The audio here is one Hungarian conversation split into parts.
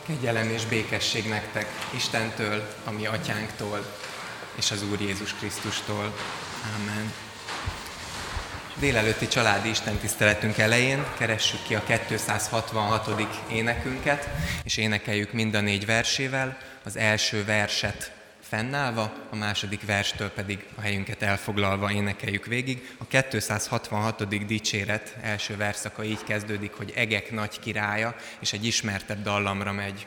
Kegyelem és békesség nektek Istentől, a mi atyánktól, és az Úr Jézus Krisztustól. Amen. Délelőtti családi istentiszteletünk elején keressük ki a 266. énekünket, és énekeljük mind a 4 versével, az első verset fennállva, a második verstől pedig a helyünket elfoglalva énekeljük végig. A 266. dicséret első verszaka így kezdődik, hogy egek nagy királya, és egy ismertebb dallamra megy.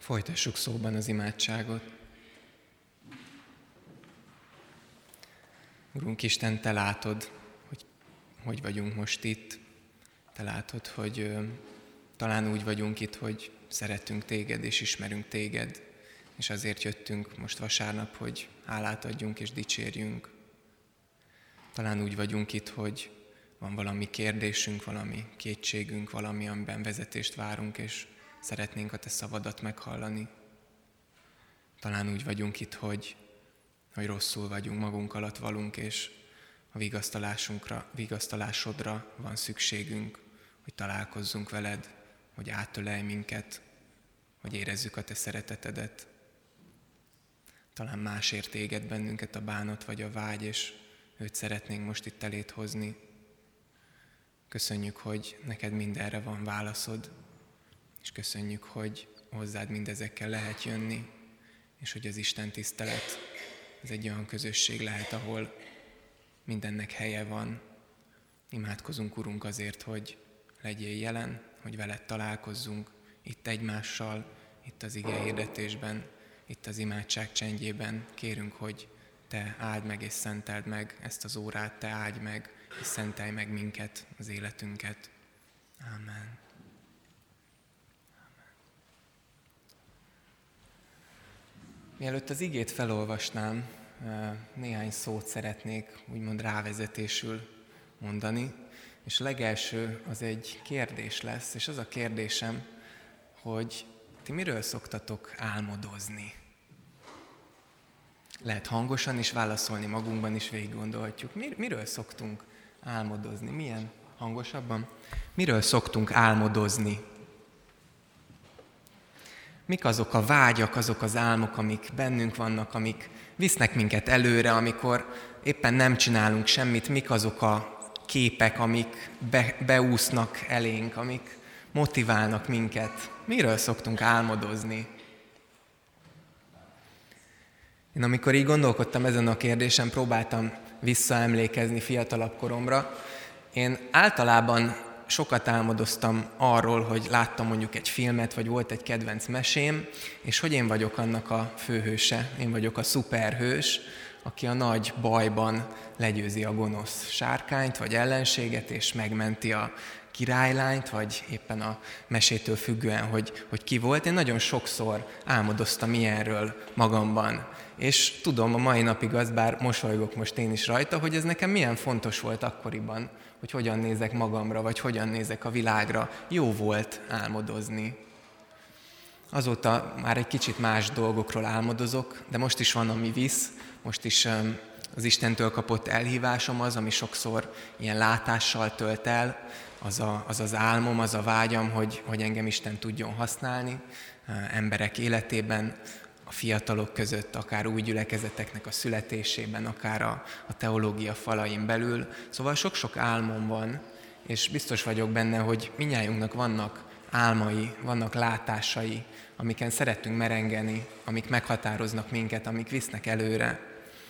Folytassuk szóban az imádságot. Urunk Isten, Te látod, hogy vagyunk most itt. Te látod, hogy talán úgy vagyunk itt, hogy szeretünk Téged és ismerünk Téged, és azért jöttünk most vasárnap, hogy hálát adjunk és dicsérjünk. Talán úgy vagyunk itt, hogy van valami kérdésünk, valami kétségünk, valami, amiben vezetést várunk, és szeretnénk a Te szavadat meghallani. Talán úgy vagyunk itt, hogy rosszul vagyunk, magunk alatt valunk, és a vigasztalásodra van szükségünk, hogy találkozzunk veled, hogy átölelj minket, hogy érezzük a Te szeretetedet. Talán másért téged bennünket a bánat vagy a vágy, és őt szeretnénk most itt elét hozni. Köszönjük, hogy neked mindenre van válaszod, és köszönjük, hogy hozzád mindezekkel lehet jönni, és hogy az Isten tisztelet, ez egy olyan közösség lehet, ahol mindennek helye van. Imádkozunk, Urunk, azért, hogy legyél jelen, hogy veled találkozzunk, itt egymással, itt az ige hirdetésben, itt az imádság csendjében. Kérünk, hogy Te áld meg és szenteld meg ezt az órát, Te áldj meg és szentelj meg minket, az életünket. Amen. Mielőtt az igét felolvasnám, néhány szót szeretnék úgymond rávezetésül mondani, és a legelső az egy kérdés lesz, és az a kérdésem, hogy ti miről szoktatok álmodozni? Lehet hangosan is válaszolni, magunkban is végig gondolhatjuk. Miről szoktunk álmodozni? Milyen hangosabban? Miről szoktunk álmodozni? Mik azok a vágyak, azok az álmok, amik bennünk vannak, amik visznek minket előre, amikor éppen nem csinálunk semmit? Mik azok a képek, amik beúsznak elénk, amik motiválnak minket? Miről szoktunk álmodozni? Én amikor így gondolkodtam ezen a kérdésen, próbáltam visszaemlékezni fiatalabb koromra. Én általában sokat álmodoztam arról, hogy láttam mondjuk egy filmet, vagy volt egy kedvenc mesém, és hogy én vagyok annak a főhőse, én vagyok a szuperhős, aki a nagy bajban legyőzi a gonosz sárkányt, vagy ellenséget, és megmenti a királylányt, vagy éppen a mesétől függően, hogy ki volt. Én nagyon sokszor álmodoztam ilyenről magamban. És tudom, a mai napig az, bár mosolygok most én is rajta, hogy ez nekem milyen fontos volt akkoriban, hogy hogyan nézek magamra, vagy hogyan nézek a világra. Jó volt álmodozni. Azóta már egy kicsit más dolgokról álmodozok, de most is van, ami visz, most is az Istentől kapott elhívásom az, ami sokszor ilyen látással tölt el, az az álmom, az a vágyam, hogy engem Isten tudjon használni emberek életében, a fiatalok között, akár új gyülekezeteknek a születésében, akár a teológia falain belül. Szóval sok-sok álmom van, és biztos vagyok benne, hogy mindnyájunknak vannak álmai, vannak látásai, amiken szeretünk merengeni, amik meghatároznak minket, amik visznek előre.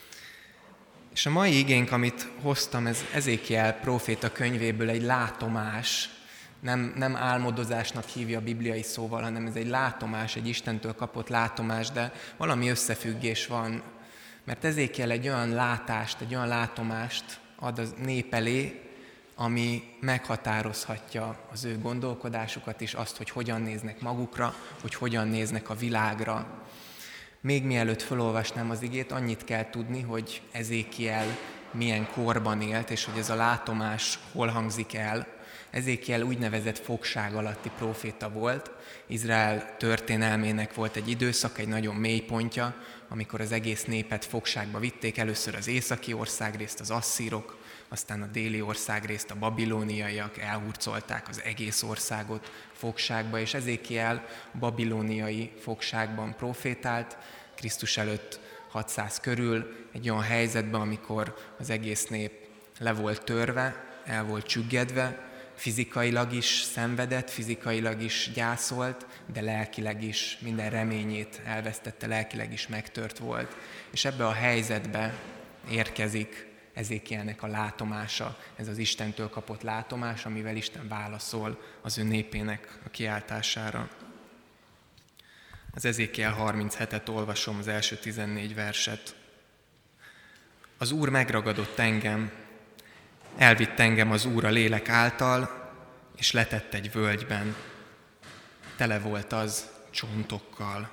És a mai igénk, amit hoztam, ez Ezékiel próféta könyvéből egy látomás, nem álmodozásnak hívja a bibliai szóval, hanem ez egy látomás, egy Istentől kapott látomás, de valami összefüggés van, mert Ezékiel egy olyan látást, egy olyan látomást ad a nép elé, ami meghatározhatja az ő gondolkodásukat is, azt, hogy hogyan néznek magukra, hogy hogyan néznek a világra. Még mielőtt felolvasnám az igét, annyit kell tudni, hogy Ezékiel milyen korban élt, és hogy ez a látomás hol hangzik el. Ezékiel úgynevezett fogság alatti próféta volt. Izrael történelmének volt egy időszak, egy nagyon mély pontja, amikor az egész népet fogságba vitték. Először az északi országrészt az asszírok, aztán a déli országrészt a babilóniaiak elhurcolták az egész országot fogságba, és Ezékiel babilóniai fogságban profétált, Krisztus előtt 600 körül, egy olyan helyzetben, amikor az egész nép le volt törve, el volt csüggedve, fizikailag is szenvedett, fizikailag is gyászolt, de lelkileg is minden reményét elvesztette, lelkileg is megtört volt. És ebbe a helyzetbe érkezik Ezékielnek a látomása, ez az Istentől kapott látomás, amivel Isten válaszol az ő népének a kiáltására. Az Ezékiel 37-et olvasom, az első 14 verset. Az Úr megragadott engem, elvitt engem az Úr a lélek által, és letett egy völgyben. Tele volt az csontokkal.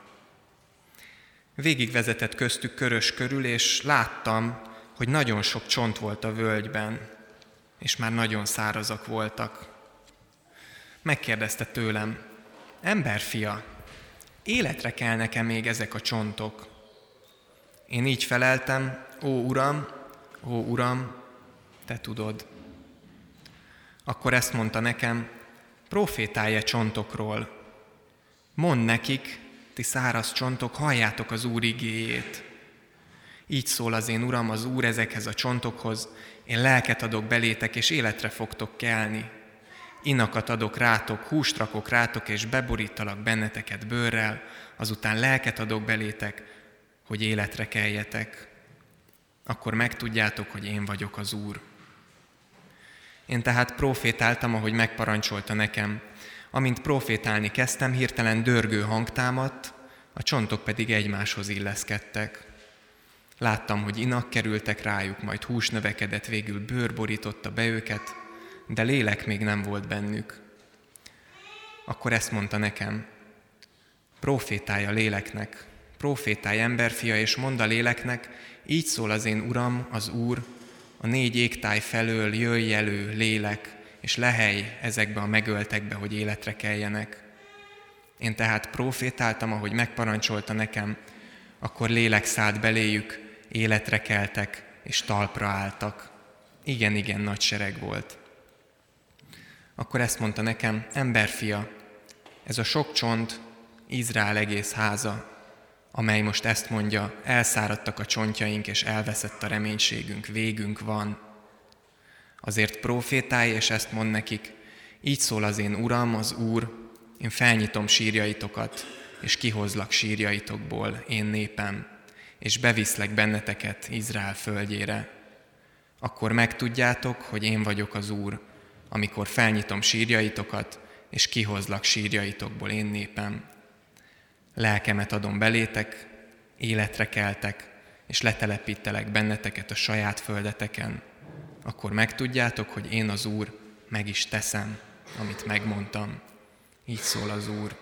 Végigvezetett köztük körös körül, és láttam, hogy nagyon sok csont volt a völgyben, és már nagyon szárazak voltak. Megkérdezte tőlem: emberfia, életre kelnek-e még ezek a csontok? Én így feleltem: ó Uram, te tudod. Akkor ezt mondta nekem: profétálj csontokról. Mondd nekik, ti száraz csontok, halljátok az Úr igéjét. Így szól az én Uram, az Úr ezekhez a csontokhoz: én lelket adok belétek, és életre fogtok kelni. Inakat adok rátok, húst rakok rátok, és beborítalak benneteket bőrrel, azután lelket adok belétek, hogy életre keljetek. Akkor megtudjátok, hogy én vagyok az Úr. Én tehát profétáltam, ahogy megparancsolta nekem. Amint profétálni kezdtem, hirtelen dörgő hang támadt, a csontok pedig egymáshoz illeszkedtek. Láttam, hogy inak kerültek rájuk, majd hús növekedett, végül bőr borította be őket, de lélek még nem volt bennük. Akkor ezt mondta nekem: profétálj a léleknek, profétálj emberfia, és mondd a léleknek, így szól az én Uram, az Úr, a 4 égtáj felől jöjj elő, lélek, és lehelj ezekbe a megöltekbe, hogy életre keljenek. Én tehát profétáltam, ahogy megparancsolta nekem, akkor lélek szállt beléjük, életre keltek, és talpra álltak. Igen, nagy sereg volt. Akkor ezt mondta nekem: emberfia, ez a sok csont Izrael egész háza, amely most ezt mondja: elszáradtak a csontjaink, és elveszett a reménységünk, végünk van. Azért profétálj, és ezt mond nekik: így szól az én Uram, az Úr, én felnyitom sírjaitokat, és kihozlak sírjaitokból, én népem, és beviszlek benneteket Izrael földjére. Akkor megtudjátok, hogy én vagyok az Úr, amikor felnyitom sírjaitokat, és kihozlak sírjaitokból, én népem. Lelkemet adom belétek, életre keltek, és letelepítelek benneteket a saját földeteken. Akkor megtudjátok, hogy én az Úr, meg is teszem, amit megmondtam. Így szól az Úr.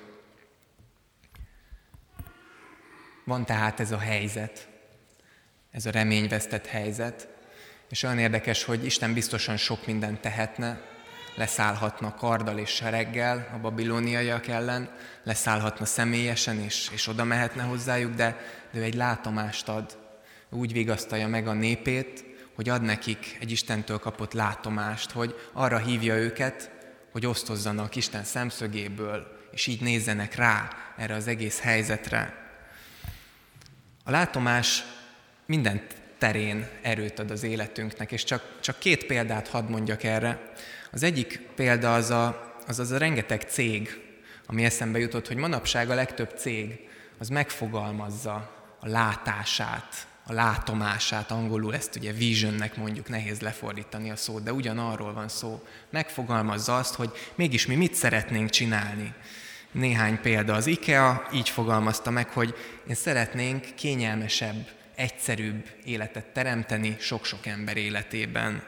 Van tehát ez a helyzet, ez a reményvesztett helyzet, és olyan érdekes, hogy Isten biztosan sok mindent tehetne, leszállhatna karddal és sereggel a babiloniaiak ellen, leszállhatna személyesen, és oda mehetne hozzájuk, de ő egy látomást ad. Úgy vigasztalja meg a népét, hogy ad nekik egy Istentől kapott látomást, hogy arra hívja őket, hogy osztozzanak Isten szemszögéből, és így nézzenek rá erre az egész helyzetre. A látomás minden terén erőt ad az életünknek, és csak 2 példát hadd mondjak erre. Az egyik példa az a rengeteg cég, ami eszembe jutott, hogy manapság a legtöbb cég az megfogalmazza a látását, a látomását, angolul ezt ugye visionnek mondjuk, nehéz lefordítani a szót, de ugyanarról van szó. Megfogalmazza azt, hogy mégis mi mit szeretnénk csinálni. Néhány példa. Az IKEA így fogalmazta meg, hogy én szeretnénk kényelmesebb, egyszerűbb életet teremteni sok-sok ember életében.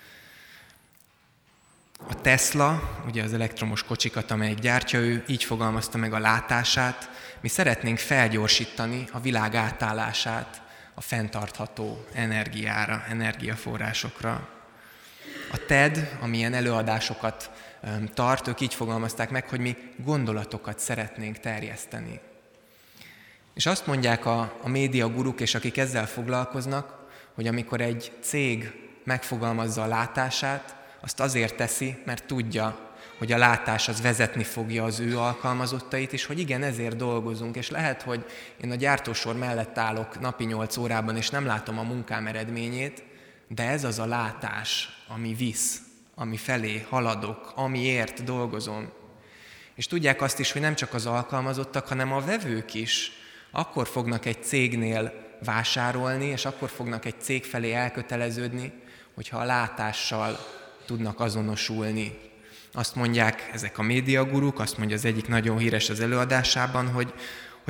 A Tesla, ugye az elektromos kocsikat, amelyik gyártja, ő így fogalmazta meg a látását. Mi szeretnénk felgyorsítani a világ átállását a fenntartható energiára, energiaforrásokra. A TED, amilyen előadásokat tart, ők így fogalmazták meg, hogy mi gondolatokat szeretnénk terjeszteni. És azt mondják a média guruk, és akik ezzel foglalkoznak, hogy amikor egy cég megfogalmazza a látását, azt azért teszi, mert tudja, hogy a látás az vezetni fogja az ő alkalmazottait, és hogy igen, ezért dolgozunk, és lehet, hogy én a gyártósor mellett állok napi 8 órában, és nem látom a munkám eredményét, de ez az a látás, ami visz, ami felé haladok, amiért dolgozom. És tudják azt is, hogy nem csak az alkalmazottak, hanem a vevők is akkor fognak egy cégnél vásárolni, és akkor fognak egy cég felé elköteleződni, hogyha a látással tudnak azonosulni. Azt mondják ezek a médiaguruk, azt mondja az egyik nagyon híres az előadásában, hogy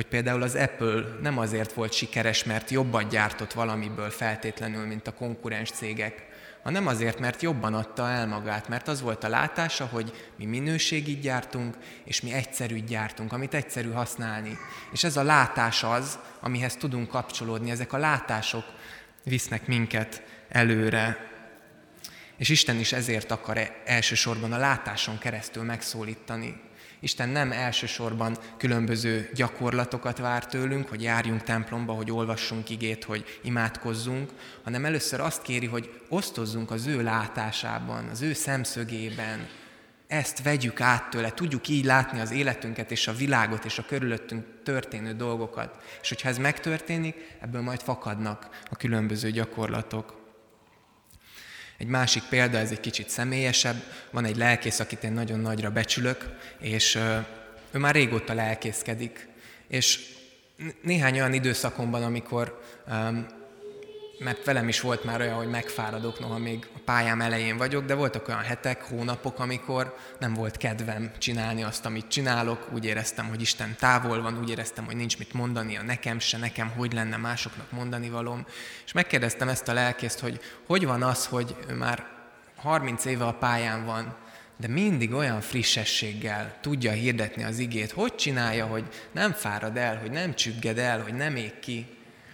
hogy például az Apple nem azért volt sikeres, mert jobban gyártott valamiből feltétlenül, mint a konkurens cégek, hanem azért, mert jobban adta el magát, mert az volt a látása, hogy mi minőségit gyártunk, és mi egyszerűt gyártunk, amit egyszerű használni. És ez a látás az, amihez tudunk kapcsolódni, ezek a látások visznek minket előre. És Isten is ezért akar elsősorban a látáson keresztül megszólítani. Isten nem elsősorban különböző gyakorlatokat vár tőlünk, hogy járjunk templomba, hogy olvassunk igét, hogy imádkozzunk, hanem először azt kéri, hogy osztozzunk az ő látásában, az ő szemszögében. Ezt vegyük át tőle, tudjuk így látni az életünket és a világot és a körülöttünk történő dolgokat. És hogyha ez megtörténik, ebből majd fakadnak a különböző gyakorlatok. Egy másik példa, ez egy kicsit személyesebb, van egy lelkész, akit én nagyon nagyra becsülök, és ő már régóta lelkészkedik. És néhány olyan időszakomban, amikor, mert velem is volt már olyan, hogy megfáradok, noha még a pályám elején vagyok, de voltak olyan hetek, hónapok, amikor nem volt kedvem csinálni azt, amit csinálok, úgy éreztem, hogy Isten távol van, úgy éreztem, hogy nincs mit mondania nekem se, nekem hogy lenne másoknak mondani valóm. És megkérdeztem ezt a lelkészt, hogy van az, hogy ő már 30 éve a pályán van, de mindig olyan frissességgel tudja hirdetni az igét. Hogy csinálja, hogy nem fárad el, hogy nem csügged el, hogy nem ég ki?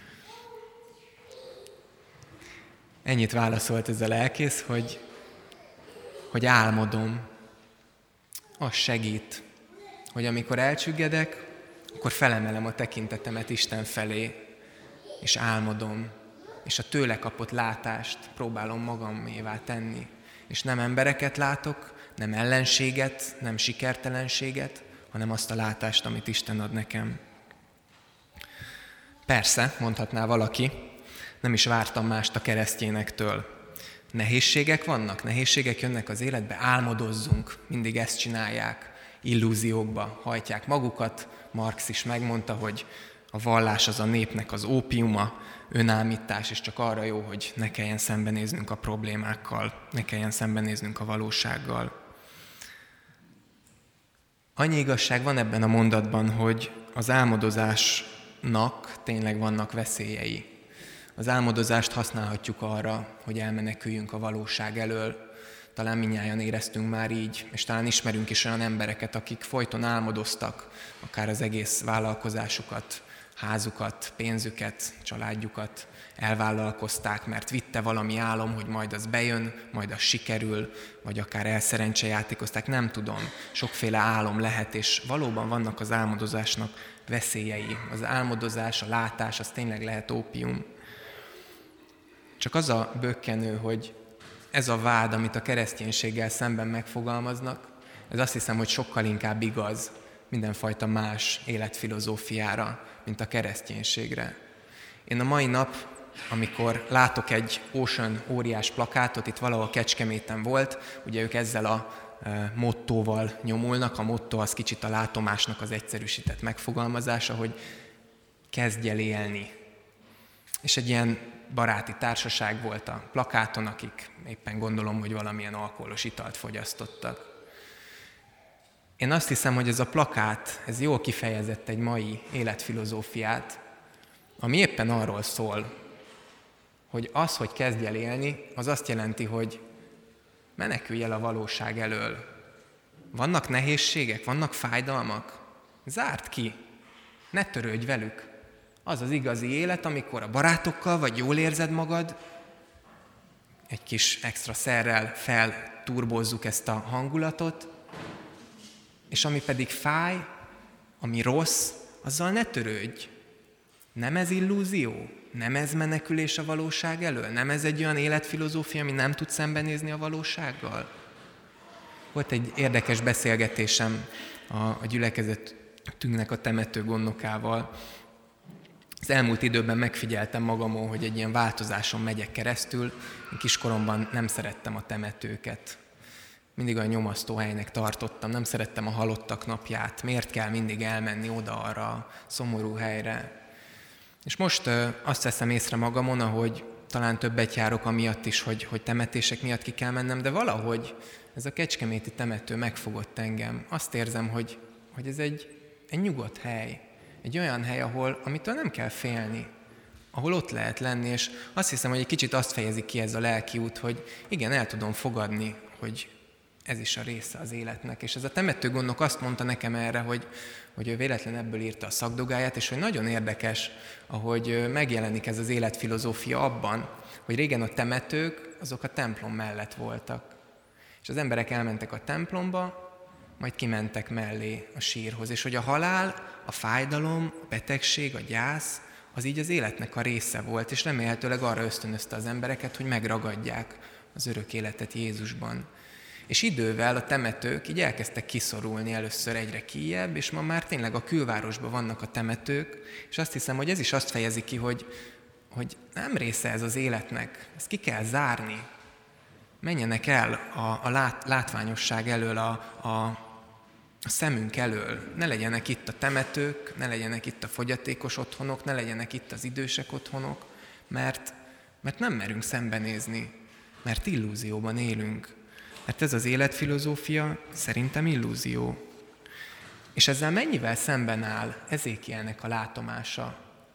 Ennyit válaszolt ez a lelkész, hogy álmodom. Az segít, hogy amikor elcsüggedek, akkor felemelem a tekintetemet Isten felé, és álmodom, és a tőle kapott látást próbálom magamévá tenni. És nem embereket látok, nem ellenséget, nem sikertelenséget, hanem azt a látást, amit Isten ad nekem. Persze, mondhatná valaki, nem is vártam mást a keresztjénektől. Nehézségek vannak, nehézségek jönnek az életbe, álmodozzunk, mindig ezt csinálják, illúziókba hajtják magukat. Marx is megmondta, hogy a vallás az a népnek az ópiuma, önállítás, és csak arra jó, hogy ne kelljen szembenéznünk a problémákkal, ne kelljen szembenéznünk a valósággal. Annyi igazság van ebben a mondatban, hogy az álmodozásnak tényleg vannak veszélyei. Az álmodozást használhatjuk arra, hogy elmeneküljünk a valóság elől. Talán mindnyájan éreztünk már így, és talán ismerünk is olyan embereket, akik folyton álmodoztak, akár az egész vállalkozásukat, házukat, pénzüket, családjukat elvállalkozták, mert vitte valami álom, hogy majd az bejön, majd az sikerül, vagy akár elszerencsejátékozták, nem tudom. Sokféle álom lehet, és valóban vannak az álmodozásnak veszélyei. Az álmodozás, a látás, az tényleg lehet ópium. Csak az a bökkenő, hogy ez a vád, amit a kereszténységgel szemben megfogalmaznak, ez azt hiszem, hogy sokkal inkább igaz mindenfajta más életfilozófiára, mint a kereszténységre. Én a mai nap, amikor látok egy Ocean óriás plakátot, itt valahol Kecskeméten volt, ugye ők ezzel a mottóval nyomulnak, a motto az kicsit a látomásnak az egyszerűsített megfogalmazása, hogy kezdj el élni. És egy ilyen baráti társaság volt a plakáton, akik éppen gondolom, hogy valamilyen alkoholos italt fogyasztottak. Én azt hiszem, hogy ez a plakát, ez jól kifejezett egy mai életfilozófiát, ami éppen arról szól, hogy az, hogy kezdj el élni, az azt jelenti, hogy menekülj el a valóság elől. Vannak nehézségek, vannak fájdalmak? Zárd ki, ne törődj velük. Az az igazi élet, amikor a barátokkal vagy jól érzed magad, egy kis extra szerrel felturbozzuk ezt a hangulatot, és ami pedig fáj, ami rossz, azzal ne törődj. Nem ez illúzió? Nem ez menekülés a valóság elől? Nem ez egy olyan életfilozófia, ami nem tud szembenézni a valósággal? Volt egy érdekes beszélgetésem a gyülekezetünknek a temető gondnokával. Az elmúlt időben megfigyeltem magamon, hogy egy ilyen változáson megyek keresztül. Én kiskoromban nem szerettem a temetőket. Mindig olyan nyomasztó helynek tartottam, nem szerettem a halottak napját. Miért kell mindig elmenni oda-arra a szomorú helyre? És most azt veszem észre magamon, ahogy talán többet járok amiatt is, hogy temetések miatt ki kell mennem, de valahogy ez a kecskeméti temető megfogott engem. Azt érzem, hogy ez egy nyugodt hely. Egy olyan hely, amitől nem kell félni, ahol ott lehet lenni, és azt hiszem, hogy egy kicsit azt fejezi ki ez a lelki út, hogy igen, el tudom fogadni, hogy ez is a része az életnek. És ez a temetőgondnok azt mondta nekem erre, hogy ő véletlen ebből írta a szakdogáját, és hogy nagyon érdekes, ahogy megjelenik ez az életfilozófia abban, hogy régen a temetők, azok a templom mellett voltak. És az emberek elmentek a templomba, majd kimentek mellé a sírhoz. És hogy a halál, a fájdalom, a betegség, a gyász, az így az életnek a része volt, és remélhetőleg arra ösztönözte az embereket, hogy megragadják az örök életet Jézusban. És idővel a temetők így elkezdtek kiszorulni először egyre kijjebb, és ma már tényleg a külvárosban vannak a temetők, és azt hiszem, hogy ez is azt fejezi ki, hogy nem része ez az életnek, ezt ki kell zárni. Menjenek el a látványosság elől, a szemünk elől. Ne legyenek itt a temetők, ne legyenek itt a fogyatékos otthonok, ne legyenek itt az idősek otthonok, mert nem merünk szembenézni, mert illúzióban élünk. Mert ez az életfilozófia szerintem illúzió. És ezzel mennyivel szemben áll Ezékielnek a látomása?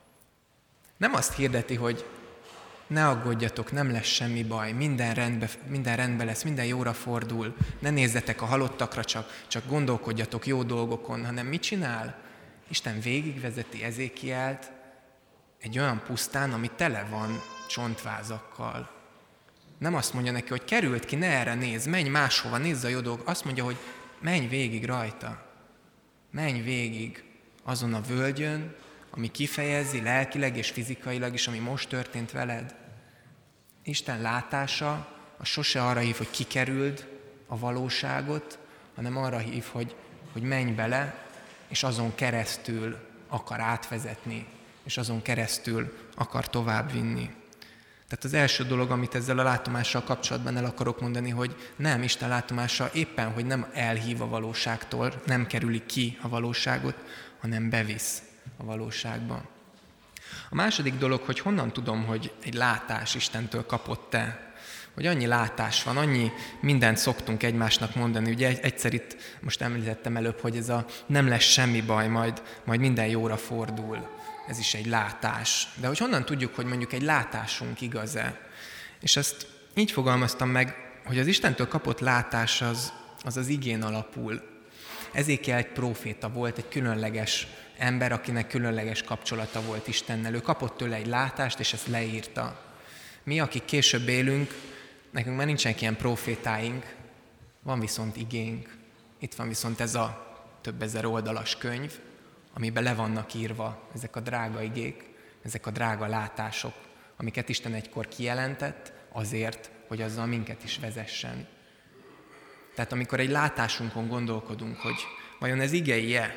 Nem azt hirdeti, hogy ne aggódjatok, nem lesz semmi baj, minden rendben lesz, minden jóra fordul, ne nézzetek a halottakra, csak gondolkodjatok jó dolgokon, hanem mit csinál? Isten végigvezeti Ezékielt egy olyan pusztán, ami tele van csontvázakkal. Nem azt mondja neki, hogy került ki, ne erre nézz, menj máshova, nézz a jó dolgok. Azt mondja, hogy menj végig rajta. Menj végig azon a völgyön, ami kifejezi lelkileg és fizikailag is, ami most történt veled. Isten látása az sose arra hív, hogy kikerüld a valóságot, hanem arra hív, hogy menj bele, és azon keresztül akar átvezetni, és azon keresztül akar továbbvinni. Tehát az első dolog, amit ezzel a látomással kapcsolatban el akarok mondani, hogy nem, Isten látomása éppen, hogy nem elhív a valóságtól, nem kerüli ki a valóságot, hanem bevisz a valóságba. A második dolog, hogy honnan tudom, hogy egy látás Istentől kapott-e, hogy annyi látás van, annyi mindent szoktunk egymásnak mondani. Ugye egyszer itt most említettem előbb, hogy ez a nem lesz semmi baj, majd minden jóra fordul. Ez is egy látás. De hogy honnan tudjuk, hogy mondjuk egy látásunk igaz-e? És ezt így fogalmaztam meg, hogy az Istentől kapott látás az igén alapul. Ezékiel egy próféta volt, egy különleges ember, akinek különleges kapcsolata volt Istennel. Ő kapott tőle egy látást, és ezt leírta. Mi, akik később élünk, nekünk már nincsenek ilyen prófétáink, van viszont igénk. Itt van viszont ez a több ezer oldalas könyv, amiben le vannak írva ezek a drága igék, ezek a drága látások, amiket Isten egykor kijelentett azért, hogy azzal minket is vezessen. Tehát amikor egy látásunkon gondolkodunk, hogy vajon ez igei-e,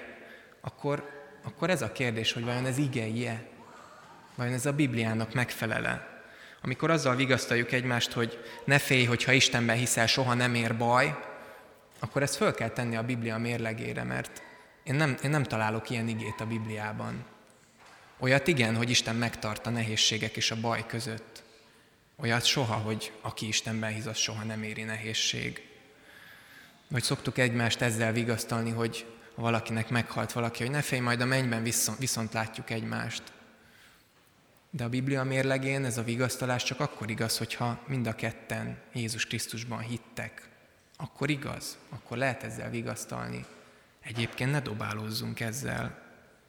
akkor ez a kérdés, hogy vajon ez igei-e, vajon ez a Bibliának megfelel-e. Amikor azzal vigasztaljuk egymást, hogy ne félj, hogyha Istenben hiszel, soha nem ér baj, akkor ezt föl kell tenni a Biblia mérlegére, mert én nem találok ilyen igét a Bibliában. Olyat igen, hogy Isten megtart a nehézségek és a baj között. Olyat soha, hogy aki Istenben hisz, az soha nem éri nehézség. Vagy szoktuk egymást ezzel vigasztalni, hogy ha valakinek meghalt valaki, hogy ne félj, majd a mennyben viszont látjuk egymást. De a Biblia mérlegén ez a vigasztalás csak akkor igaz, hogyha mind a ketten Jézus Krisztusban hittek. Akkor igaz, akkor lehet ezzel vigasztalni. Egyébként ne dobálózzunk ezzel.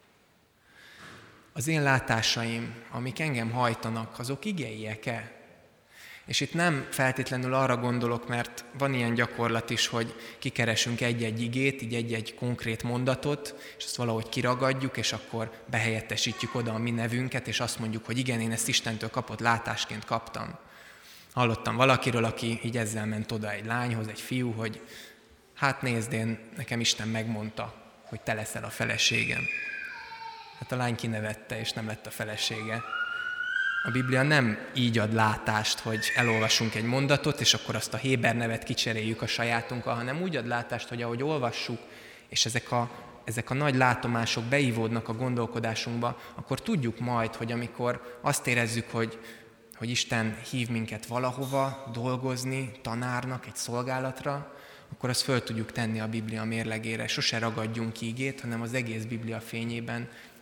Az én látásaim, amik engem hajtanak, azok igeiek-e? És itt nem feltétlenül arra gondolok, mert van ilyen gyakorlat is, hogy kikeresünk egy-egy igét, így egy-egy konkrét mondatot, és azt valahogy kiragadjuk, és akkor behelyettesítjük oda a mi nevünket, és azt mondjuk, hogy igen, én ezt Istentől kapott látásként kaptam. Hallottam valakiről, aki így ezzel ment oda egy lányhoz, egy fiú, hogy hát nézd, nekem Isten megmondta, hogy te leszel a feleségem. Hát a lány kinevette, és nem lett a felesége. A Biblia nem így ad látást, hogy elolvasunk egy mondatot, és akkor azt a Héber nevet kicseréljük a sajátunkkal, hanem úgy ad látást, hogy ahogy olvassuk, és ezek a nagy látomások beívódnak a gondolkodásunkba, akkor tudjuk majd, hogy amikor azt érezzük, hogy Isten hív minket valahova dolgozni, tanárnak, egy szolgálatra, akkor azt föl tudjuk tenni a Biblia mérlegére. Sose ragadjunk ki igét, hanem az egész Biblia fényében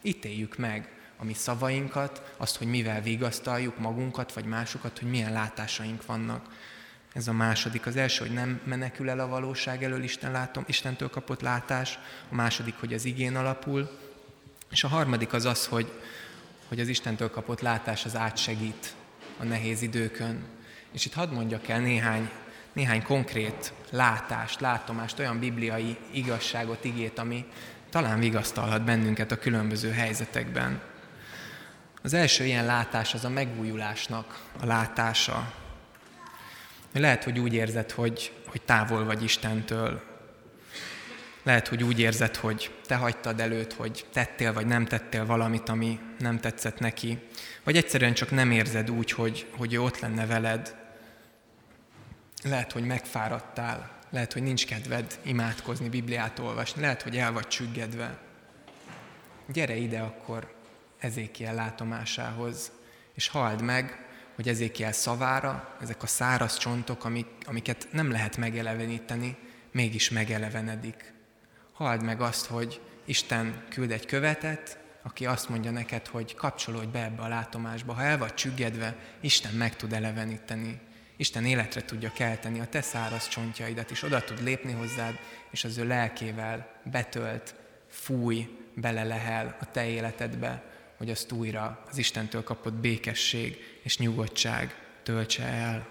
Ítéljük meg a mi szavainkat, azt, hogy mivel vigasztaljuk magunkat vagy másokat, hogy milyen látásaink vannak. Ez a második. Az első, hogy nem menekül el a valóság elől Istentől kapott látás. A második, hogy az igén alapul. És a harmadik az az, hogy az Istentől kapott látás az átsegít a nehéz időkön. És itt hadd mondjak el néhány konkrét látást, látomást, olyan bibliai igazságot, igét, ami talán vigasztalhat bennünket a különböző helyzetekben. Az első ilyen látás az a megújulásnak a látása. Lehet, hogy úgy érzed, hogy távol vagy Istentől. Lehet, hogy úgy érzed, hogy te hagytad előtt, hogy tettél vagy nem tettél valamit, ami nem tetszett neki. Vagy egyszerűen csak nem érzed úgy, hogy ő ott lenne veled. Lehet, hogy megfáradtál. Lehet, hogy nincs kedved imádkozni, Bibliát olvasni. Lehet, hogy el vagy csüggedve. Gyere ide akkor Ezékiel látomásához, és halld meg, hogy Ezékiel szavára ezek a száraz csontok, amiket nem lehet megeleveníteni, mégis megelevenedik. Halld meg azt, hogy Isten küld egy követet, aki azt mondja neked, hogy kapcsolódj be ebbe a látomásba. Ha el vagy csüggedve, Isten meg tud eleveníteni. Isten életre tudja kelteni a te száraz csontjaidat, és oda tud lépni hozzád, és az ő lelkével betölt, fúj, belelehel a te életedbe, hogy azt újra az Istentől kapott békesség és nyugodtság töltse el.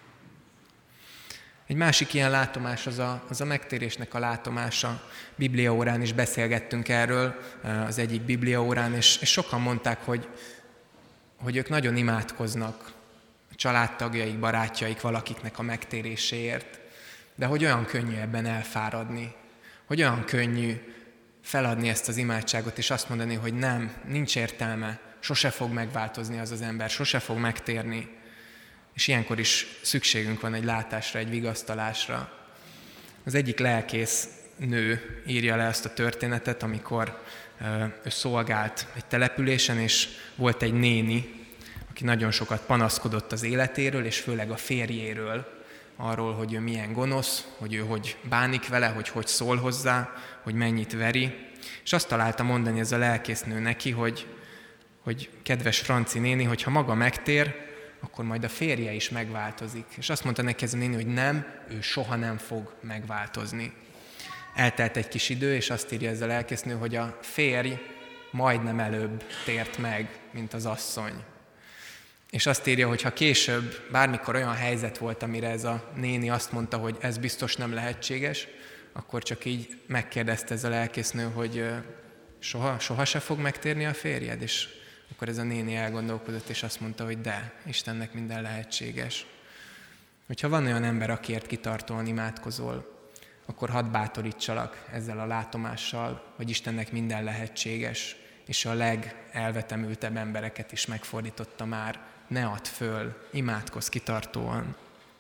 Egy másik ilyen látomás az a megtérésnek a látomása. Bibliaórán is beszélgettünk erről, az egyik bibliaórán, és sokan mondták, hogy ők nagyon imádkoznak a családtagjaik, barátjaik, valakiknek a megtéréséért, de hogy olyan könnyű ebben elfáradni, hogy olyan könnyű feladni ezt az imádságot, és azt mondani, hogy nem, nincs értelme, sose fog megváltozni az ember, sose fog megtérni. És ilyenkor is szükségünk van egy látásra, egy vigasztalásra. Az egyik lelkész nő írja le azt a történetet, amikor ő szolgált egy településen, és volt egy néni, aki nagyon sokat panaszkodott az életéről, és főleg a férjéről, arról, hogy ő milyen gonosz, hogy ő hogy bánik vele, hogy szól hozzá, hogy mennyit veri. És azt találta mondani ez a lelkésznő neki, hogy kedves Franci néni, hogyha maga megtér, akkor majd a férje is megváltozik. És azt mondta neki ez a néni, hogy nem, ő soha nem fog megváltozni. Eltelt egy kis idő, és azt írja ez a lelkésznő, hogy a férj majdnem előbb tért meg, mint az asszony. És azt írja, hogy ha később bármikor olyan helyzet volt, amire ez a néni azt mondta, hogy ez biztos nem lehetséges, akkor csak így megkérdezte ez a lelkésznő, hogy soha se fog megtérni a férjed? És akkor ez a néni elgondolkodott, és azt mondta, hogy de, Istennek minden lehetséges. Hogyha van olyan ember, akiért kitartóan imádkozol, akkor hadd bátorítsalak ezzel a látomással, hogy Istennek minden lehetséges, és a legelvetemültebb embereket is megfordította már. Ne add föl, imádkozz kitartóan.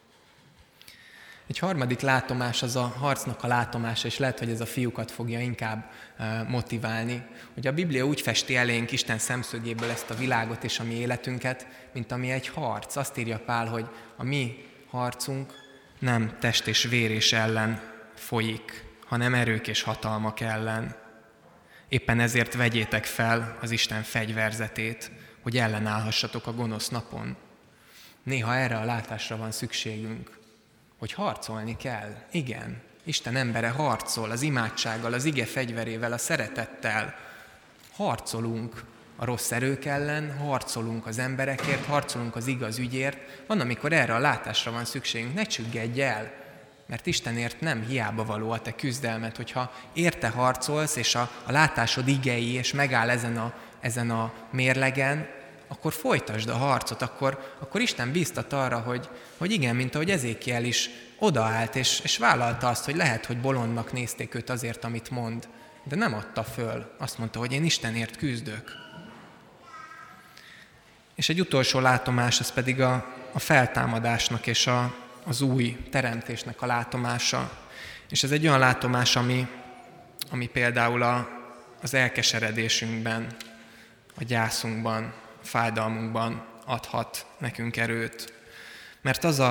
Egy harmadik látomás az a harcnak a látomása, és lehet, hogy ez a fiúkat fogja inkább motiválni. Hogy a Biblia úgy festi elénk Isten szemszögéből ezt a világot és a mi életünket, mint ami egy harc. Azt írja Pál, hogy a mi harcunk nem test és vérés ellen folyik, hanem erők és hatalmak ellen. Éppen ezért vegyétek fel az Isten fegyverzetét, hogy ellenállhassatok a gonosz napon. Néha erre a látásra van szükségünk, hogy harcolni kell. Igen, Isten embere harcol az imádsággal, az ige fegyverével, a szeretettel. Harcolunk a rossz erők ellen, harcolunk az emberekért, harcolunk az igaz ügyért. Van, amikor erre a látásra van szükségünk. Ne csüggedj el, mert Istenért nem hiába való a te küzdelmed, hogyha érte harcolsz, és a látásod igei, és megáll ezen a mérlegen, akkor folytasd a harcot, akkor Isten bíztat arra, hogy igen, mint ahogy Ezékiel is odaállt, és vállalta azt, hogy lehet, hogy bolondnak nézték őt azért, amit mond, de nem adta föl. Azt mondta, hogy én Istenért küzdök. És egy utolsó látomás, az pedig a feltámadásnak és az új teremtésnek a látomása. És ez egy olyan látomás, ami például az elkeseredésünkben, a gyászunkban, a fájdalmunkban adhat nekünk erőt. Mert az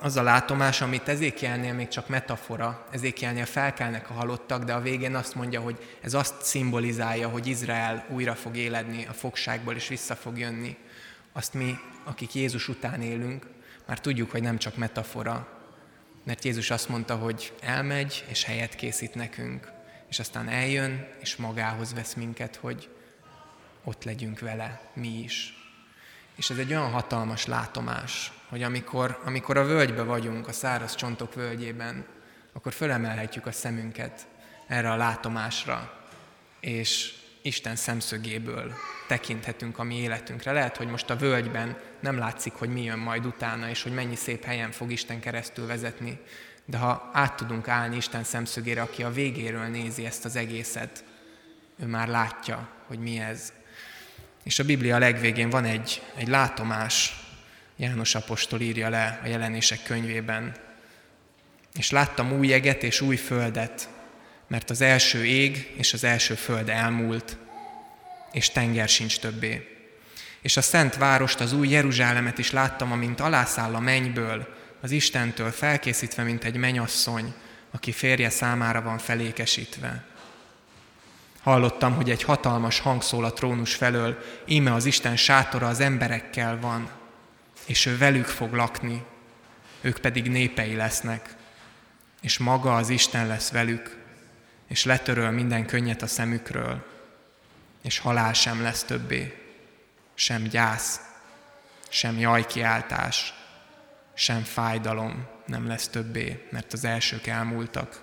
az a látomás, amit Ezékielnél még csak metafora, Ezékielnél felkelnek a halottak, de a végén azt mondja, hogy ez azt szimbolizálja, hogy Izrael újra fog éledni a fogságból, és vissza fog jönni. Azt mi, akik Jézus után élünk, már tudjuk, hogy nem csak metafora, mert Jézus azt mondta, hogy elmegy, és helyet készít nekünk, és aztán eljön, és magához vesz minket, hogy ott legyünk vele, mi is. És ez egy olyan hatalmas látomás, hogy amikor a völgybe vagyunk, a száraz csontok völgyében, akkor fölemelhetjük a szemünket erre a látomásra, és Isten szemszögéből tekinthetünk a mi életünkre. Lehet, hogy most a völgyben nem látszik, hogy mi jön majd utána, és hogy mennyi szép helyen fog Isten keresztül vezetni, de ha át tudunk állni Isten szemszögére, aki a végéről nézi ezt az egészet, ő már látja, hogy mi ez. És a Biblia legvégén van egy látomás, János apostol írja le a Jelenések könyvében. És láttam új eget és új földet, mert az első ég és az első föld elmúlt, és tenger sincs többé. És a szent várost, az új Jeruzsálemet is láttam, amint alászáll a mennyből, az Istentől felkészítve, mint egy mennyasszony, aki férje számára van felékesítve. Hallottam, hogy egy hatalmas hang szól a trónus felől, íme az Isten sátora az emberekkel van, és ő velük fog lakni, ők pedig népei lesznek, és maga az Isten lesz velük, és letöröl minden könnyet a szemükről, és halál sem lesz többé, sem gyász, sem jajkiáltás, sem fájdalom nem lesz többé, mert az elsők elmúltak.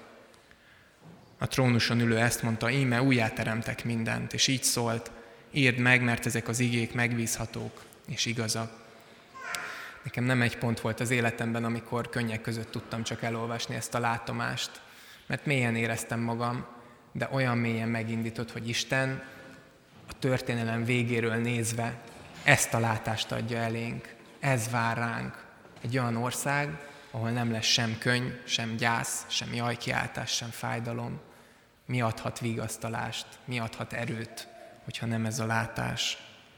A trónuson ülő ezt mondta, íme újjáteremtek mindent, és így szólt, írd meg, mert ezek az igék megbízhatók és igazak. Nekem nem egy pont volt az életemben, amikor könnyek között tudtam csak elolvasni ezt a látomást, mert mélyen éreztem magam, de olyan mélyen megindított, hogy Isten a történelem végéről nézve ezt a látást adja elénk. Ez vár ránk. Egy olyan ország, ahol nem lesz sem könny, sem gyász, sem jajkiáltás, sem fájdalom. Mi adhat vigasztalást, mi adhat erőt, hogyha nem ez a látás?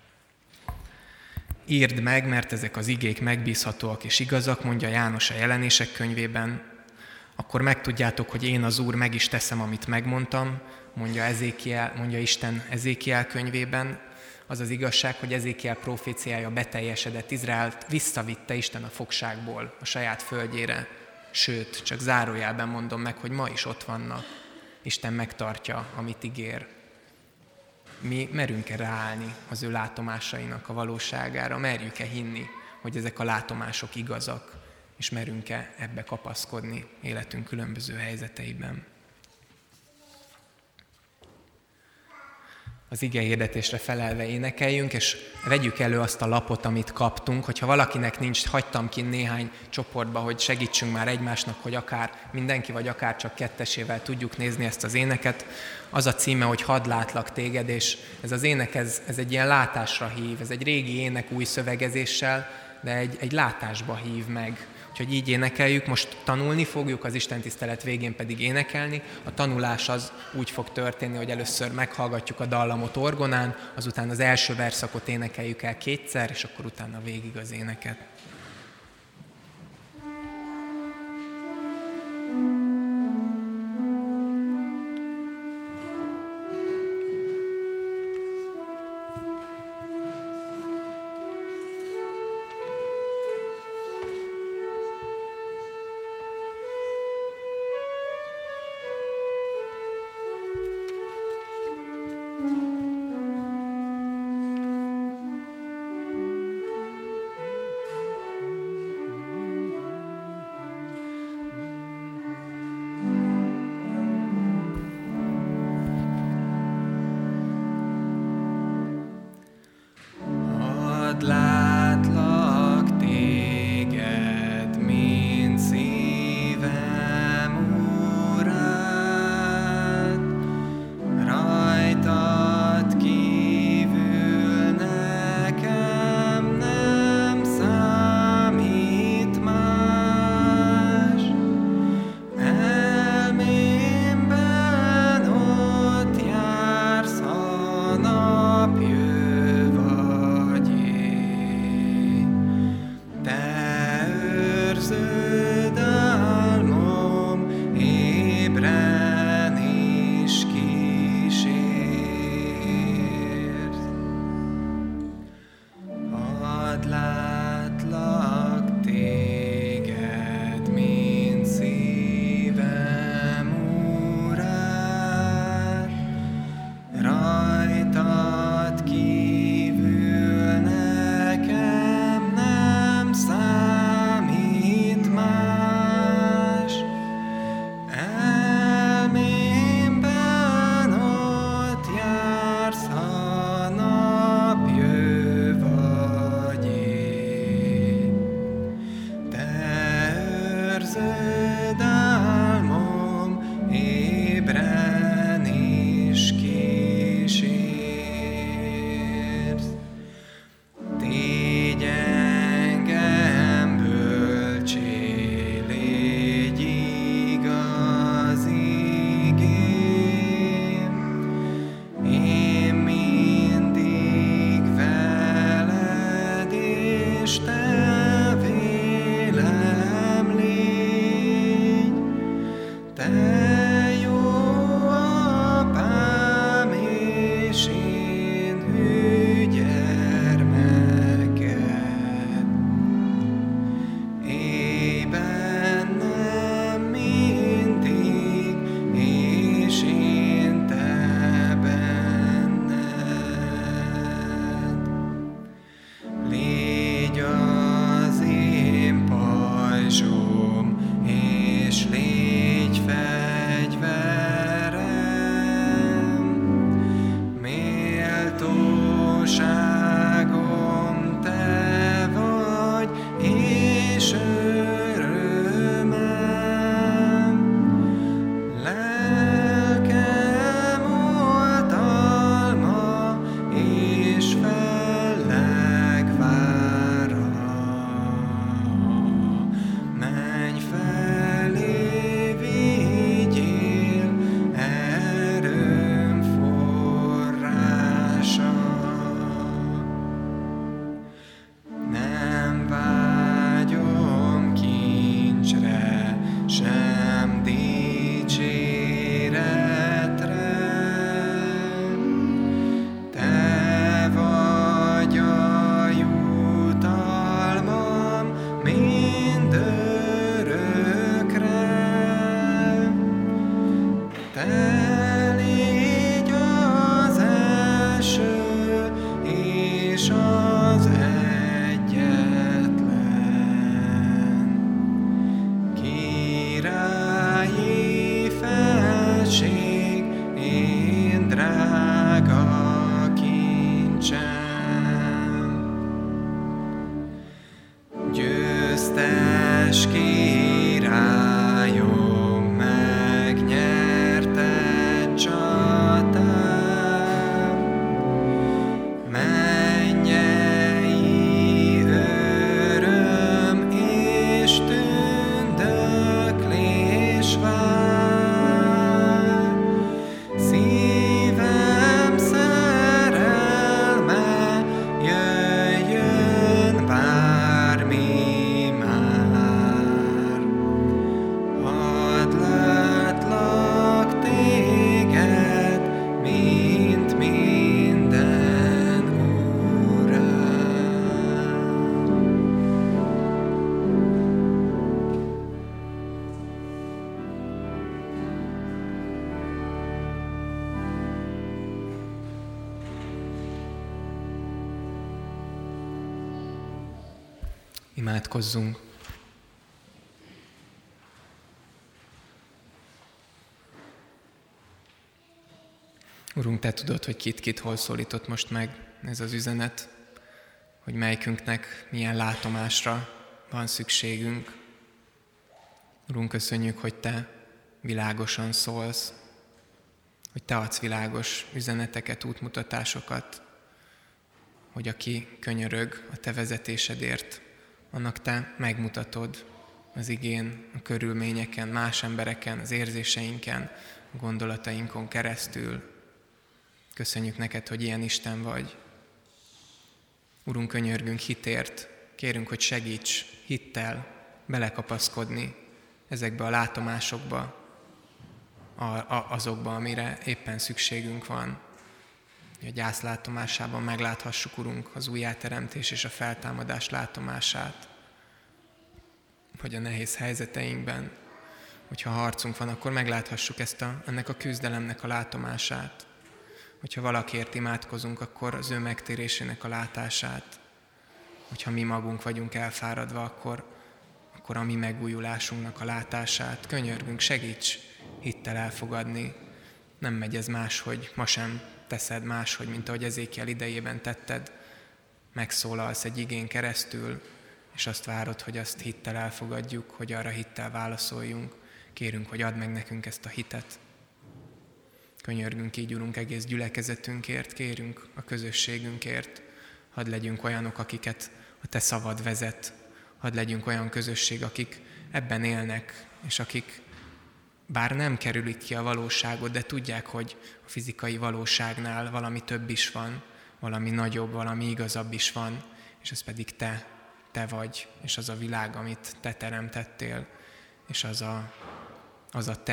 Írd meg, mert ezek az igék megbízhatóak és igazak, mondja János a Jelenések könyvében. Akkor megtudjátok, hogy én az Úr meg is teszem, amit megmondtam, mondja Isten Ezékiel könyvében. Az az igazság, hogy Ezékiel proféciája beteljesedett, Izraelt visszavitte Isten a fogságból a saját földjére. Sőt, csak zárójelben mondom meg, hogy ma is ott vannak. Isten megtartja, amit ígér. Mi merünk-e ráállni az ő látomásainak a valóságára? Merjük-e hinni, hogy ezek a látomások igazak, és merünk-e ebbe kapaszkodni életünk különböző helyzeteiben? Az igehirdetésre felelve énekeljünk, és vegyük elő azt a lapot, amit kaptunk, hogyha valakinek nincs, hagytam ki néhány csoportba, hogy segítsünk már egymásnak, hogy akár mindenki, vagy akár csak kettesével tudjuk nézni ezt az éneket. Az a címe, hogy Hadd látlak téged, és ez az ének, ez egy ilyen látásra hív, ez egy régi ének új szövegezéssel, de egy látásba hív meg. Úgyhogy így énekeljük, most tanulni fogjuk, az istentisztelet végén pedig énekelni. A tanulás az úgy fog történni, hogy először meghallgatjuk a dallamot orgonán, azután az első verszakot énekeljük el kétszer, és akkor utána végig az éneket. királyom, megnyerte csatám, mennyei öröm és tündöklés vár, szívem szerelme, jöjjön bármi már. Hadd látlak téged, mint minden órán. Imádkozzunk! Urunk, Te tudod, hogy kit hol szólított most meg ez az üzenet, hogy melyikünknek milyen látomásra van szükségünk. Urunk, köszönjük, hogy Te világosan szólsz, hogy Te adsz világos üzeneteket, útmutatásokat, hogy aki könyörög a Te vezetésedért, annak Te megmutatod az igén, a körülményeken, más embereken, az érzéseinken, a gondolatainkon keresztül. Köszönjük neked, hogy ilyen Isten vagy. Urunk, könyörgünk hitért, kérünk, hogy segíts hittel belekapaszkodni ezekbe a látomásokba, azokba, amire éppen szükségünk van. Hogy a gyász látomásában megláthassuk, Urunk, az újjáteremtés és a feltámadás látomását. Hogy a nehéz helyzeteinkben, hogyha harcunk van, akkor megláthassuk ennek a küzdelemnek a látomását. Hogyha valakiért imádkozunk, akkor az ő megtérésének a látását. Hogyha mi magunk vagyunk elfáradva, akkor a mi megújulásunknak a látását. Könyörgünk, segíts hittel elfogadni. Nem megy ez máshogy, ma sem teszed máshogy, mint ahogy Ezékiel idejében tetted. Megszólalsz egy igén keresztül, és azt várod, hogy azt hittel elfogadjuk, hogy arra hittel válaszoljunk. Kérünk, hogy add meg nekünk ezt a hitet. Könyörgünk így, Urunk, egész gyülekezetünkért, kérünk a közösségünkért. Hadd legyünk olyanok, akiket a Te szavad vezet. Hadd legyünk olyan közösség, akik ebben élnek, és akik bár nem kerülik ki a valóságot, de tudják, hogy a fizikai valóságnál valami több is van, valami nagyobb, valami igazabb is van, és ez pedig Te vagy, és az a világ, amit Te teremtettél, és az a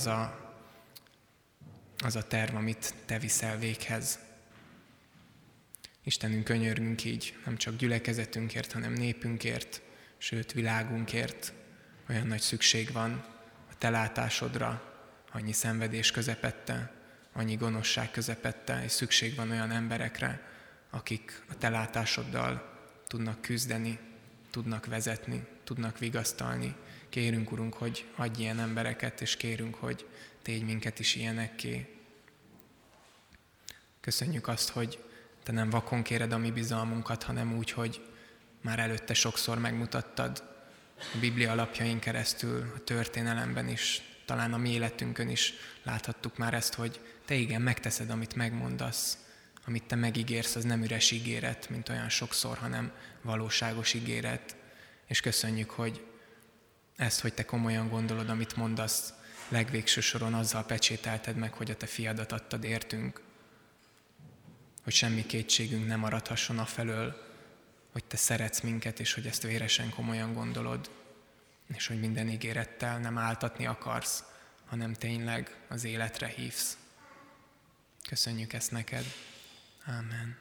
terv, amit Te viszel véghez. Istenünk, könyörgünk így, nem csak gyülekezetünkért, hanem népünkért, sőt világunkért. Olyan nagy szükség van a Te látásodra, annyi szenvedés közepette, annyi gonoszság közepette, és szükség van olyan emberekre, akik a Te látásoddal tudnak küzdeni, tudnak vezetni, tudnak vigasztalni. Kérünk, Urunk, hogy adj ilyen embereket, és kérünk, hogy tégy minket is ilyenekké. Köszönjük azt, hogy Te nem vakon kéred a mi bizalmunkat, hanem úgy, hogy már előtte sokszor megmutattad a Biblia alapjain keresztül, a történelemben is, talán a mi életünkön is láthattuk már ezt, hogy Te igen, megteszed, amit megmondasz, amit Te megígérsz, az nem üres ígéret, mint olyan sokszor, hanem valóságos ígéret. És köszönjük, hogy ezt, hogy Te komolyan gondolod, amit mondasz, legvégső soron azzal pecsételted meg, hogy a Te fiadat adtad értünk, hogy semmi kétségünk nem maradhasson afelől, hogy Te szeretsz minket, és hogy ezt véresen komolyan gondolod, és hogy minden ígérettel nem áltatni akarsz, hanem tényleg az életre hívsz. Köszönjük ezt neked. Ámen.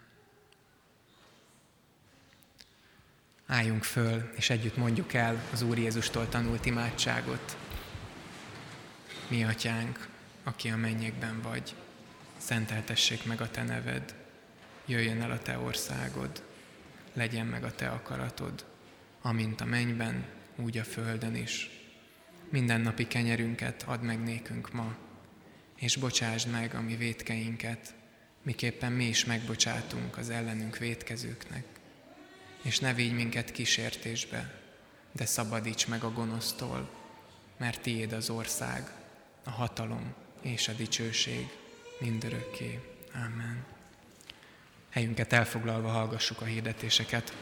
Álljunk föl, és együtt mondjuk el az Úr Jézustól tanult imádságot. Mi atyánk, aki a mennyekben vagy, szenteltessék meg a Te neved, jöjjön el a Te országod, legyen meg a Te akaratod, amint a mennyben, úgy a földön is. Mindennapi kenyerünket add meg nékünk ma, és bocsásd meg a mi vétkeinket, miképpen mi is megbocsátunk az ellenünk vétkezőknek. És ne vigy minket kísértésbe, de szabadíts meg a gonosztól, mert tiéd az ország, a hatalom és a dicsőség mindörökké. Amen. Helyünket elfoglalva hallgassuk a hirdetéseket.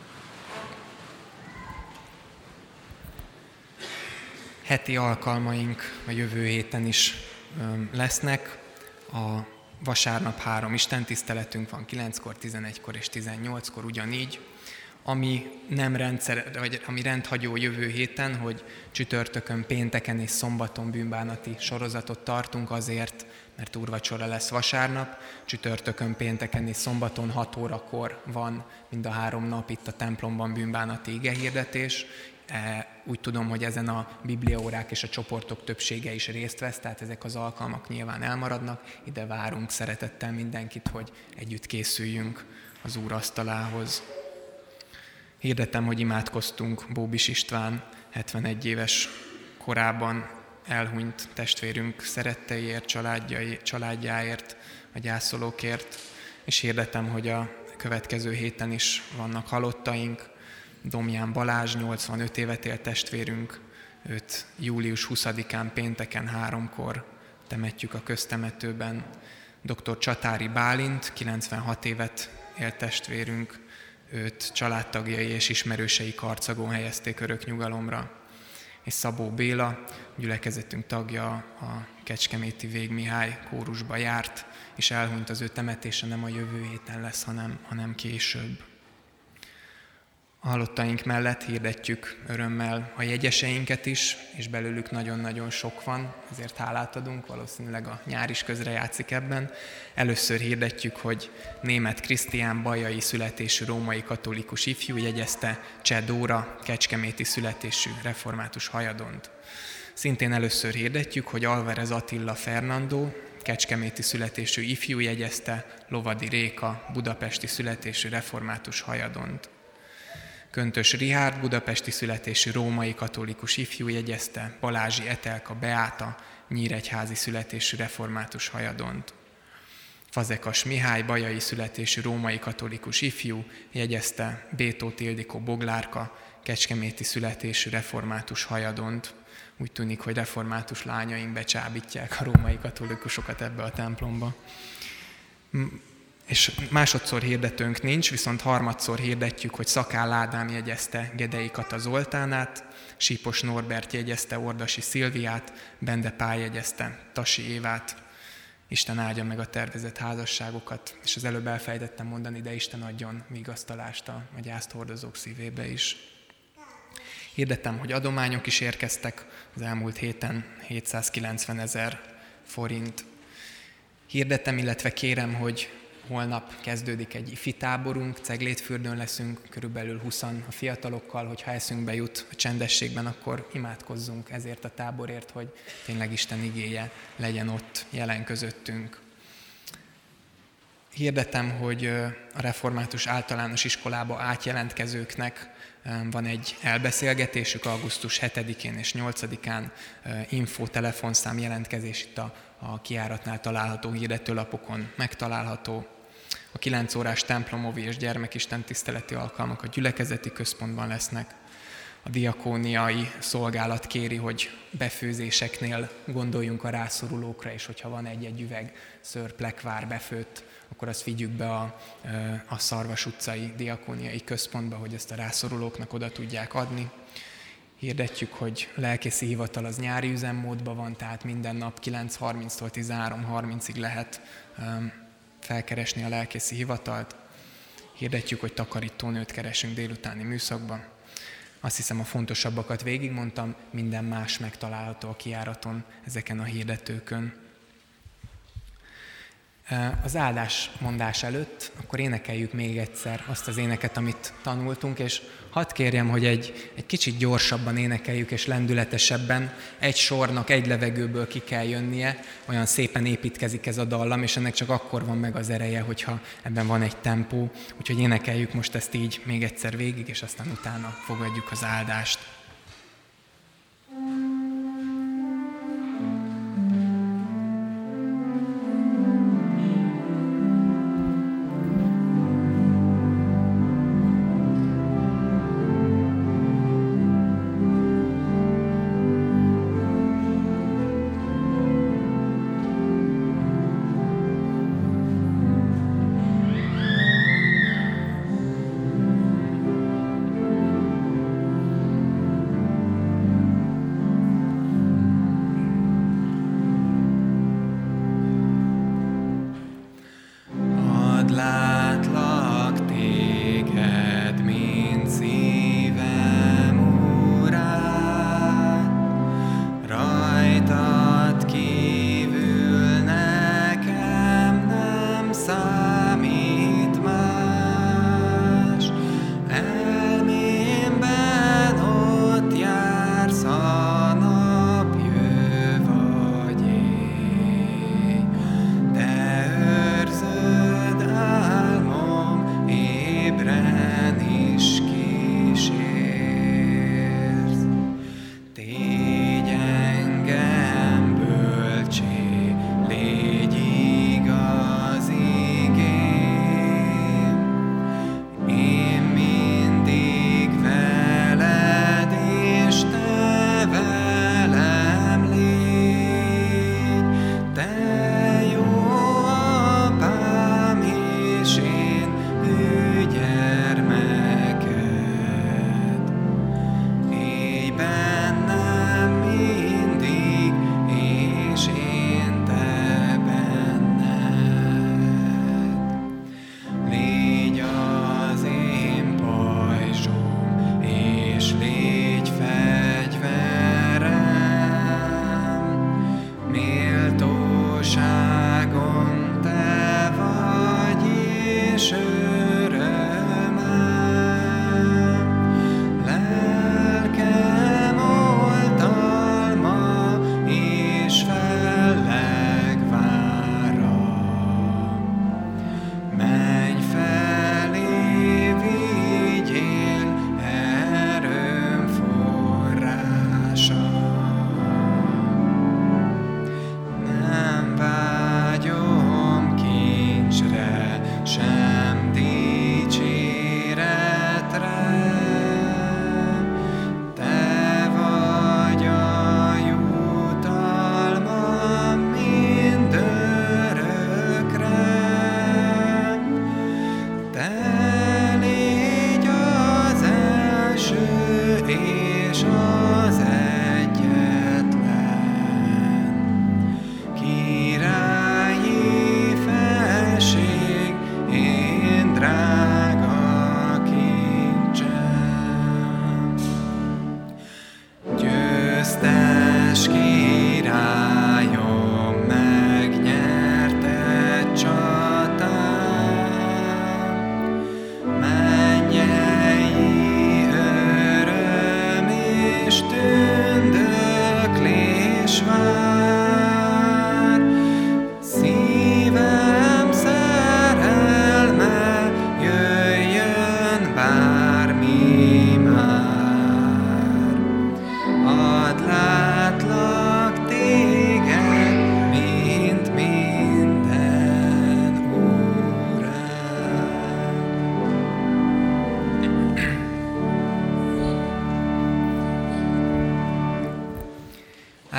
Heti alkalmaink a jövő héten is lesznek. A vasárnap 3 istentiszteletünk van 9-kor, 11-kor és 18-kor ugyanígy. Ami rendhagyó jövő héten, hogy csütörtökön, pénteken és szombaton bűnbánati sorozatot tartunk azért, mert úrvacsora lesz vasárnap. Csütörtökön, pénteken és szombaton 6 órakor van mind a 3 nap itt a templomban bűnbánati igehirdetés. Úgy tudom, hogy ezen a bibliaórák és a csoportok többsége is részt vesz, tehát ezek az alkalmak nyilván elmaradnak. Ide várunk szeretettel mindenkit, hogy együtt készüljünk az Úr asztalához. Hirdetem, hogy imádkoztunk Bóbis István 71 éves korában elhunyt testvérünk szeretteiért, családjáért, a gyászolókért, és hirdetem, hogy a következő héten is vannak halottaink. Domján Balázs, 85 évet élt testvérünk, őt július 20-án pénteken 3-kor temetjük a köztemetőben. Dr. Csatári Bálint, 96 évet élt testvérünk, őt családtagjai és ismerősei Karcagon helyezték örök nyugalomra. És Szabó Béla, gyülekezetünk tagja, a kecskeméti Vég Mihály kórusba járt, és elhunyt. Az ő temetése nem a jövő héten lesz, hanem később. A halottaink mellett hirdetjük örömmel a jegyeseinket is, és belőlük nagyon-nagyon sok van, ezért hálát adunk, valószínűleg a nyár is közrejátszik ebben. Először hirdetjük, hogy Németh Krisztián bajai születésű római katolikus ifjú jegyezte Cseh Dóra kecskeméti születésű református hajadont. Szintén először hirdetjük, hogy Alvarez Attila Fernando kecskeméti születésű ifjú jegyezte Lovadi Réka budapesti születésű református hajadont. Köntös Rihárd budapesti születésű római katolikus ifjú jegyezte Balázsi Etelka Beáta nyíregyházi születésű református hajadont. Fazekas Mihály bajai születésű római katolikus ifjú jegyezte Bétót Ildikó Boglárka kecskeméti születésű református hajadont. Úgy tűnik, hogy református lányaink becsábítják a római katolikusokat ebbe a templomba. És másodszor hirdetőnk nincs, viszont harmadszor hirdetjük, hogy Szakáll Ádám jegyezte Gedei Kata Zoltánát, Sípos Norbert jegyezte Ordasi Szilviát, Bende Pál jegyezte Tasi Évát. Isten áldja meg a tervezett házasságokat, és az előbb elfejtettem mondani, de Isten adjon vigasztalást a gyászt hordozók szívébe is. Hirdettem, hogy adományok is érkeztek az elmúlt héten, 790 000 forint. Hirdettem, illetve kérem, hogy holnap kezdődik egy ifi táborunk, Ceglédfürdőn leszünk, körülbelül 20 a fiatalokkal, hogyha eszünkbe jut a csendességben, akkor imádkozzunk ezért a táborért, hogy tényleg Isten igéje legyen ott jelen közöttünk. Hirdettem, hogy a református általános iskolába átjelentkezőknek van egy elbeszélgetésük augusztus 7-én és 8-án, info, telefonszám jelentkezés itt a kijáratnál található hirdetőlapokon megtalálható. A 9 órás templomovi és gyermekisten tiszteleti alkalmak a gyülekezeti központban lesznek. A diakóniai szolgálat kéri, hogy befőzéseknél gondoljunk a rászorulókra, és hogyha van egy üveg szőrplekvár befőtt, akkor azt vigyük be a Szarvas utcai diakóniai központba, hogy ezt a rászorulóknak oda tudják adni. Hirdetjük, hogy lelkészi hivatal az nyári üzemmódban van, tehát minden nap 9:30-tól 13:30-ig lehet felkeresni a lelkészi hivatalt. Hirdetjük, hogy takarítónőt keresünk délutáni műszakban. Azt hiszem, a fontosabbakat végigmondtam, minden más megtalálható a kijáraton, ezeken a hirdetőkön. Az áldásmondás előtt akkor énekeljük még egyszer azt az éneket, amit tanultunk, és hadd kérjem, hogy egy kicsit gyorsabban énekeljük, és lendületesebben. Egy sornak egy levegőből ki kell jönnie, olyan szépen építkezik ez a dallam, és ennek csak akkor van meg az ereje, hogyha ebben van egy tempó. Úgyhogy énekeljük most ezt így még egyszer végig, és aztán utána fogadjuk az áldást.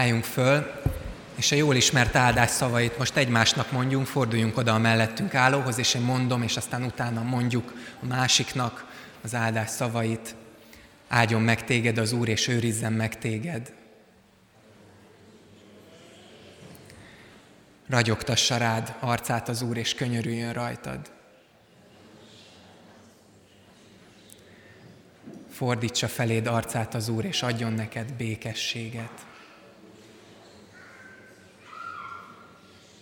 Álljunk föl, és a jól ismert áldás szavait most egymásnak mondjunk, forduljunk oda a mellettünk állóhoz, és én mondom, és aztán utána mondjuk a másiknak az áldás szavait. Áldjon meg téged az Úr, és őrizzen meg téged. Ragyogtassa rád arcát az Úr, és könyörüljön rajtad. Fordítsa feléd arcát az Úr, és adjon neked békességet.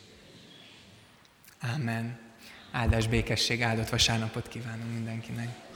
Ámen. Áldás, békesség, áldott vasárnapot kívánunk mindenkinek.